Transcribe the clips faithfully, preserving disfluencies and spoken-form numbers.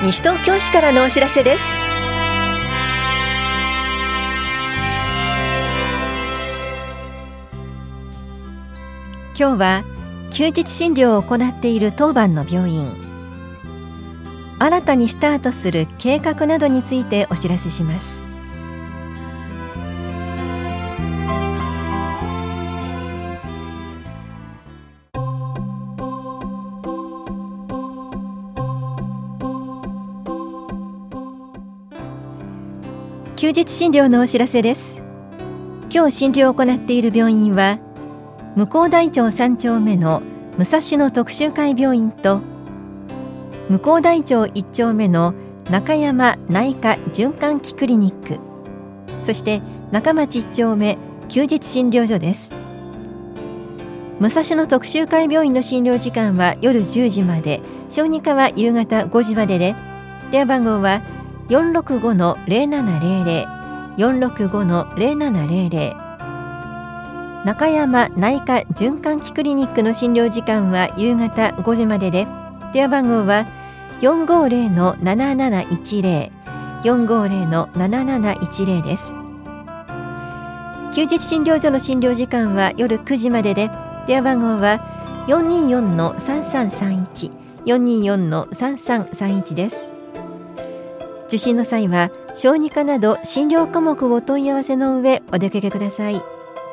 西東京市からのお知らせです。今日は休日診療を行っている当番の病院、新たにスタートする計画などについてお知らせします。休日診療のお知らせです。今日診療を行っている病院は向こう台町さん丁目の武蔵野特集会病院と向こう台町いち丁目の中山内科循環器クリニック、そして中町いち丁目休日診療所です。武蔵野特集会病院の診療時間は夜じゅうじまで、小児科は夕方ごじまでで、電話番号は よんろくごのゼロななゼロゼロ よんろくごのゼロななゼロゼロ。中山内科循環器クリニックの診療時間は夕方ごじまでで、電話番号は よんごゼロのなななないちゼロ よんごゼロのなななないちゼロ です。休日診療所の診療時間は夜くじまでで、電話番号は よんにーよんのさんさんさんいち よんにーよんのさんさんさんいち です。受診の際は小児科など診療科目をお問い合わせの上お出かけください。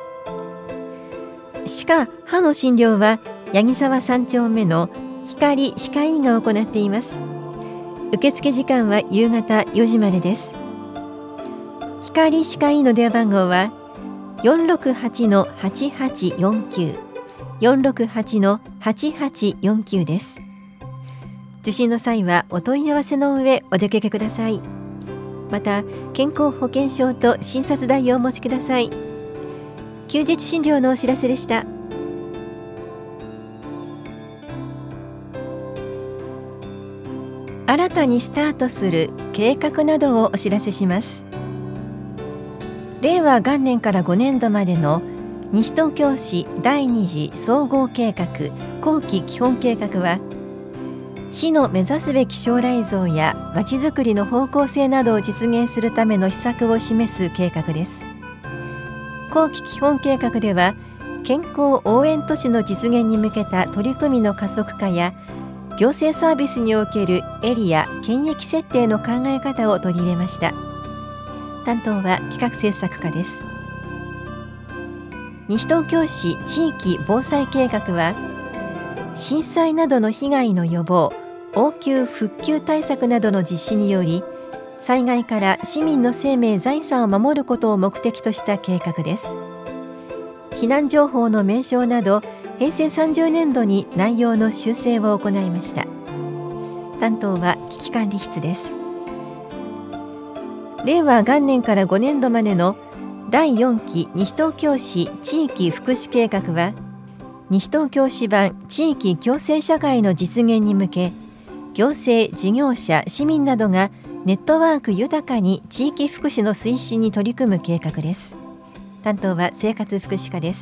歯科・歯の診療は八木沢さん丁目の光歯科医院が行っています。受付時間は夕方よじまでです。光歯科医院の電話番号は よんろくはちのはちはちよんきゅう よんろくはちのはちはちよんきゅう です。受診の際はお問い合わせの上お出かけください。また健康保険証と診察代をお持ちください。休日診療のお知らせでした。新たにスタートする計画などをお知らせします。令和元年からごねんどまでの西東京市第二次総合計画後期基本計画は、市の目指すべき将来像やまちづくりの方向性などを実現するための施策を示す計画です。後期基本計画では、健康応援都市の実現に向けた取り組みの加速化や行政サービスにおけるエリア・権益設定の考え方を取り入れました。担当は企画政策課です。西東京市地域防災計画は、震災などの被害の予防、応急復旧対策などの実施により、災害から市民の生命・財産を守ることを目的とした計画です。避難情報の名称など、へいせいさんじゅうねんどに内容の修正を行いました。担当は危機管理室です。令和元年からごねんどまでのだいよんき西東京市地域福祉計画は、西東京市版地域共生社会の実現に向け、行政、事業者、市民などがネットワーク豊かに地域福祉の推進に取り組む計画です。担当は生活福祉課です。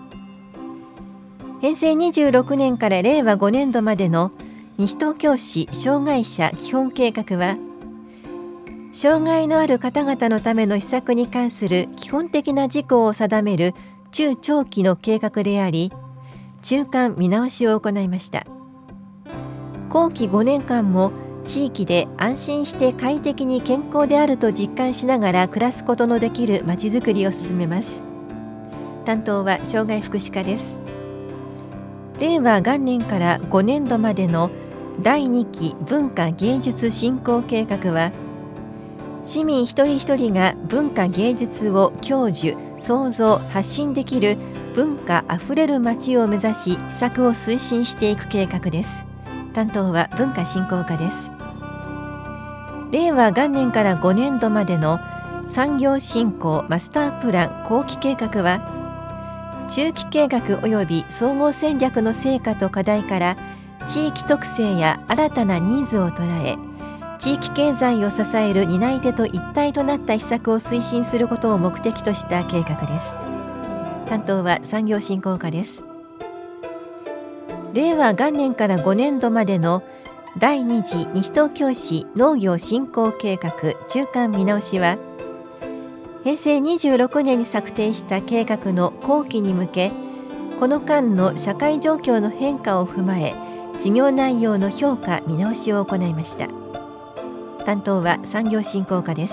へいせいにじゅうろくねんから令和ごねんどまでの西東京市障害者基本計画は、障害のある方々のための施策に関する基本的な事項を定める中長期の計画であり、中間見直しを行いました。後期ごねんかんも地域で安心して快適に健康であると実感しながら暮らすことのできるまちづくりを進めます。担当は障害福祉課です。令和元年からごねんどまでのだいにき文化芸術振興計画は、市民一人一人が文化芸術を享受、創造、発信できる文化あふれる街を目指し、施策を推進していく計画です。担当は文化振興課です。令和元年からごねんどまでの産業振興マスタープラン後期計画は、中期計画及び総合戦略の成果と課題から地域特性や新たなニーズを捉え、地域経済を支える担い手と一体となった施策を推進することを目的とした計画です。担当は産業振興課です。令和元年からごねんどまでの第二次西東京市農業振興計画中間見直しは、へいせいにじゅうろくねんに策定した計画の後期に向け、この間の社会状況の変化を踏まえ、事業内容の評価・見直しを行いました。担当は産業振興課です。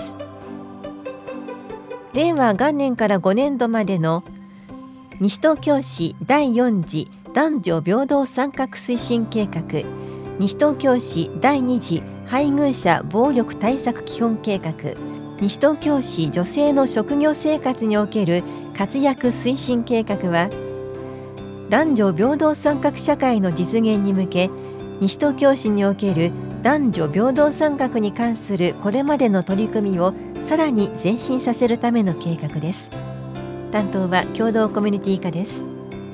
れいわ元年からごねんどまでの西東京市だいよん次男女平等参画推進計画、西東京市だいに次配偶者暴力対策基本計画、西東京市女性の職業生活における活躍推進計画は、男女平等参画社会の実現に向け、西東京市における男女平等参画に関するこれまでの取り組みをさらに前進させるための計画です。担当は共同コミュニティ課です。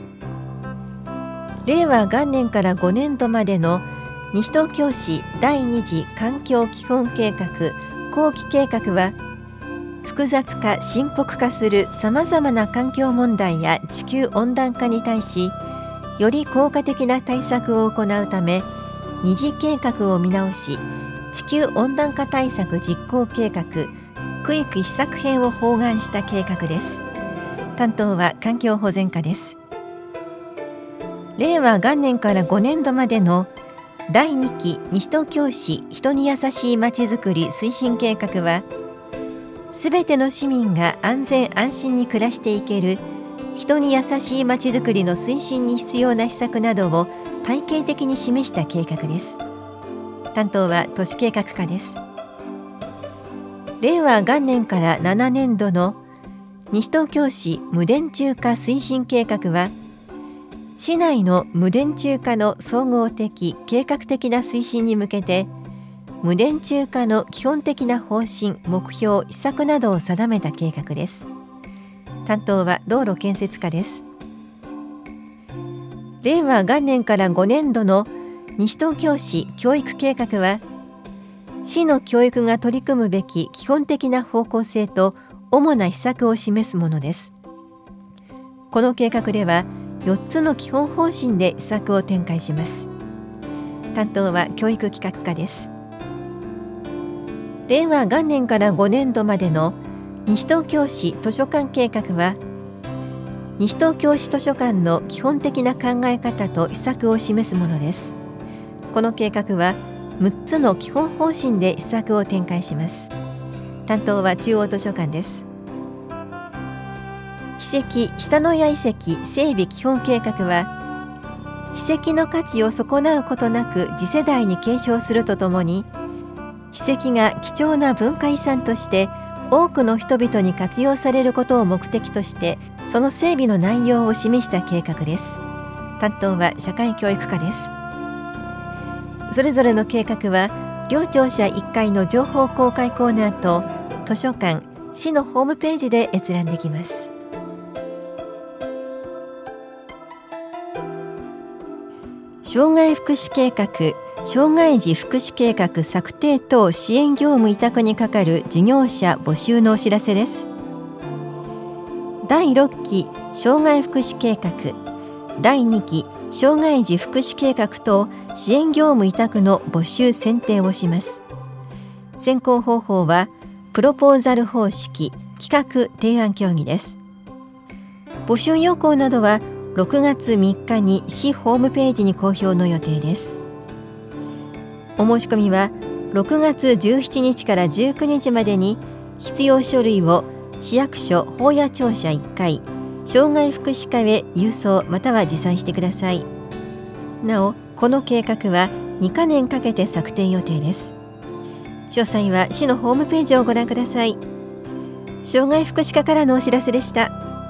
れいわ元年からごねんどまでの西東京市だいに次環境基本計画後期計画は、複雑化・深刻化するさまざまな環境問題や地球温暖化に対し、より効果的な対策を行うため、二次計画を見直し、地球温暖化対策実行計画区域施策編を包含した計画です。担当は環境保全課です。れいわ元年からごねんどまでのだいにき西東京市人に優しいまちづくり推進計画は、すべての市民が安全安心に暮らしていける人に優しいまちづくりの推進に必要な施策などを体系的に示した計画です。担当は都市計画課です。れいわ元年からななねんどの西東京市無電柱化推進計画は、市内の無電柱化の総合的・計画的な推進に向けて、無電柱化の基本的な方針・目標・施策などを定めた計画です。担当は道路建設課です。れいわ元年からごねんどの西東京市教育計画は、市の教育が取り組むべき基本的な方向性と主な施策を示すものです。この計画では、よっつの基本方針で施策を展開します。担当は教育企画課です。れいわ元年からごねんどまでの西東京市図書館計画は、西東京市図書館の基本的な考え方と施策を示すものです。この計画はむっつの基本方針で施策を展開します。担当は中央図書館です。史跡下野谷遺跡整備基本計画は、史跡の価値を損なうことなく次世代に継承するとともに、史跡が貴重な文化遺産として多くの人々に活用されることを目的として、その整備の内容を示した計画です。担当は社会教育課です。それぞれの計画は両庁舎いっかいの情報公開コーナーと図書館・市のホームページで閲覧できます。障害福祉計画、障害児福祉計画策定等支援業務委託に係る事業者募集のお知らせです。だいろっき障害福祉計画、だいにき障害児福祉計画等支援業務委託の募集選定をします。選考方法はプロポーザル方式企画提案協議です。募集要項などはろくがつみっかに市ホームページに公表の予定です。お申し込みはろくがつじゅうしちにちからじゅうくにちまでに必要書類を市役所保谷庁舎いっかい障害福祉課へ郵送または持参してください。なお、この計画はにかねんかけて策定予定です。詳細は市のホームページをご覧ください。障害福祉課からのお知らせでした。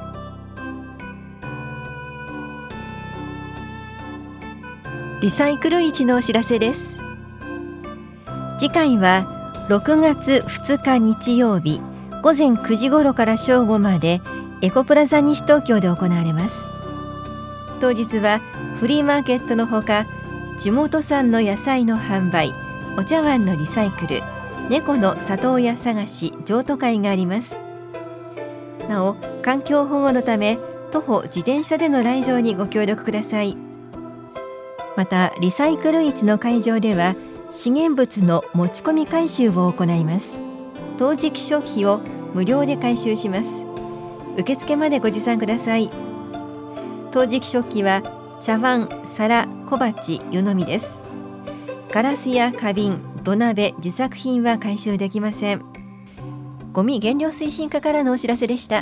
リサイクル市のお知らせです。次回はろくがつふつか日曜日ごぜんくじ頃から正午までエコプラザ西東京で行われます。当日はフリーマーケットのほか、地元産の野菜の販売、お茶碗のリサイクル、猫の里親探し譲渡会があります。なお、環境保護のため徒歩自転車での来場にご協力ください。またリサイクル市の会場では資源物の持ち込み回収を行います。陶磁器食器を無料で回収します。受付までご持参ください。陶磁器食器は茶碗、皿、小鉢、湯飲みです。ガラスや花瓶、土鍋、自作品は回収できません。ゴミ減量推進課からのお知らせでした。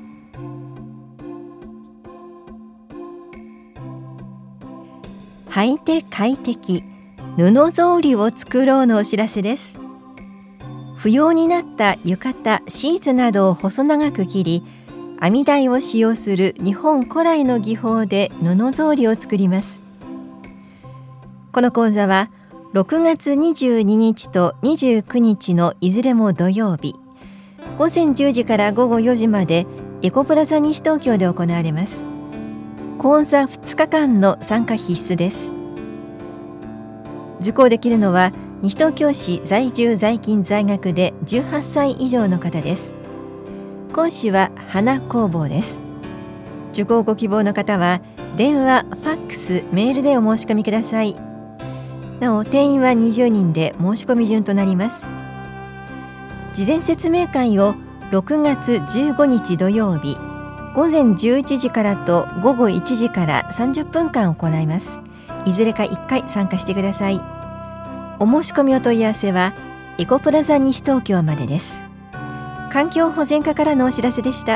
履いて快適、布草履を作ろうのお知らせです。不要になった浴衣、シーツなどを細長く切り、編み台を使用する日本古来の技法で布草履を作ります。この講座はろくがつにじゅうににちとにじゅうくにちのいずれも土曜日、ごぜんじゅうじからごごよじまでエコプラザ西東京で行われます。講座ふつかかんの参加必須です。受講できるのは西東京市在住在勤在学でじゅうはっさい以上の方です。講師は花工房です。受講ご希望の方は電話、ファックス、メールでお申し込みください。なお定員はにじゅうにんで申し込み順となります。事前説明会をろくがつじゅうごにち土曜日ごぜんじゅういちじからとごごいちじからさんじゅっぷんかん行います。いずれかいっかい参加してください。お申し込みお問い合わせはエコプラザ西東京までです。環境保全課からのお知らせでした。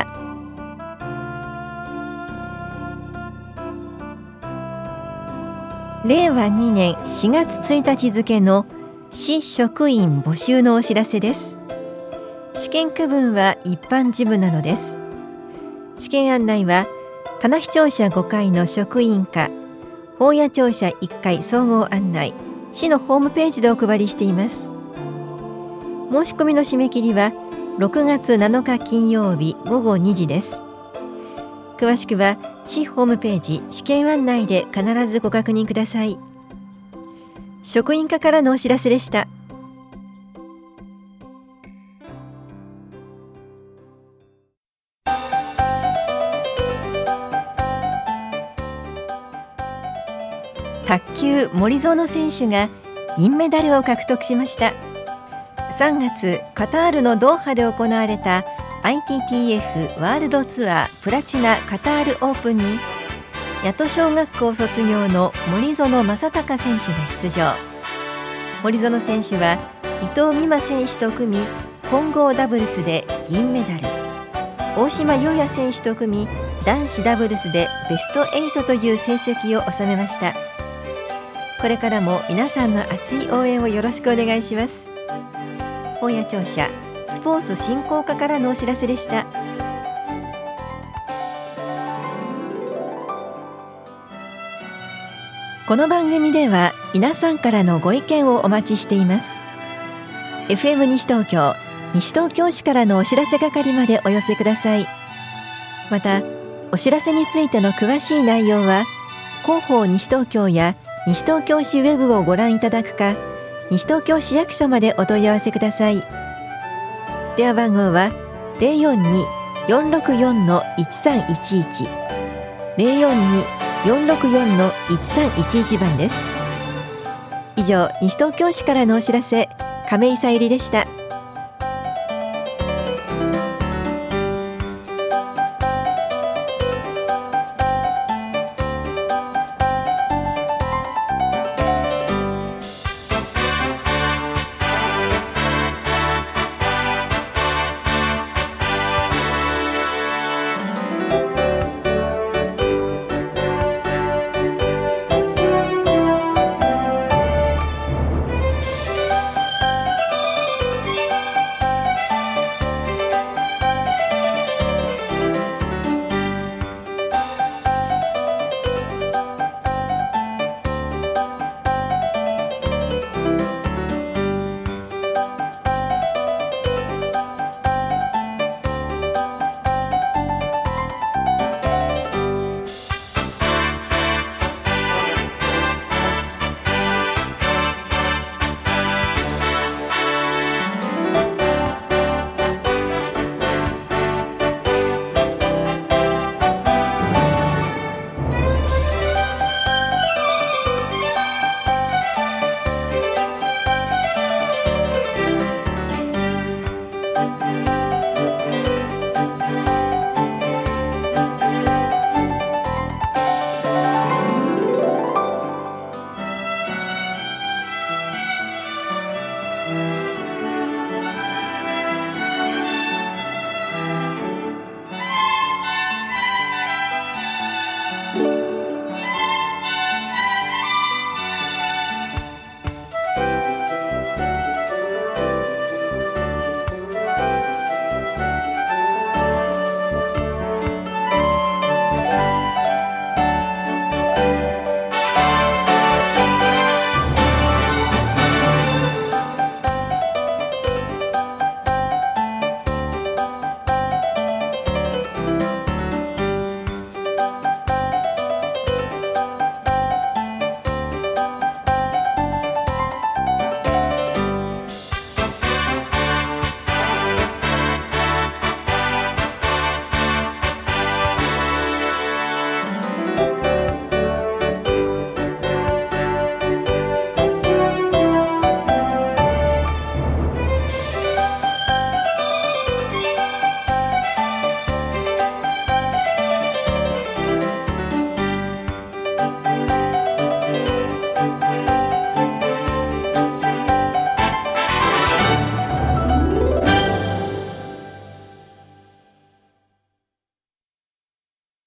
れいわにねんしがつついたち付の市職員募集のお知らせです。試験区分は一般事務なのです。試験案内は棚視聴者ごかいの職員課、法屋庁舎いっかい総合案内、市のホームページでお配りしています。申し込みの締め切りはろくがつなのか金曜日ごごにじです。詳しくは市ホームページ試験案内で必ずご確認ください。職員課からのお知らせでした。卓球森薗選手が銀メダルを獲得しました。さんがつカタールのドーハで行われた アイティーティーエフ ワールドツアープラチナカタールオープンに八戸小学校卒業の森薗政孝選手が出場。森薗選手は伊藤美誠選手と組み混合ダブルスで銀メダル、大島祐也選手と組み男子ダブルスでベストエイトという成績を収めました。これからも皆さんの熱い応援をよろしくお願いします。本屋庁舎スポーツ振興課からのお知らせでした。この番組では皆さんからのご意見をお待ちしています。 エフエム 西東京西東京市からのお知らせ係までお寄せください。またお知らせについての詳しい内容は広報西東京や西東京市ウェブをご覧いただくか、西東京市役所までお問い合わせください。電話番号は ゼロよんに よんろくよん いちさんいちいち ゼロよんに よんろくよん いちさんいちいち番です。以上、西東京市からのお知らせ、亀井さゆりでした。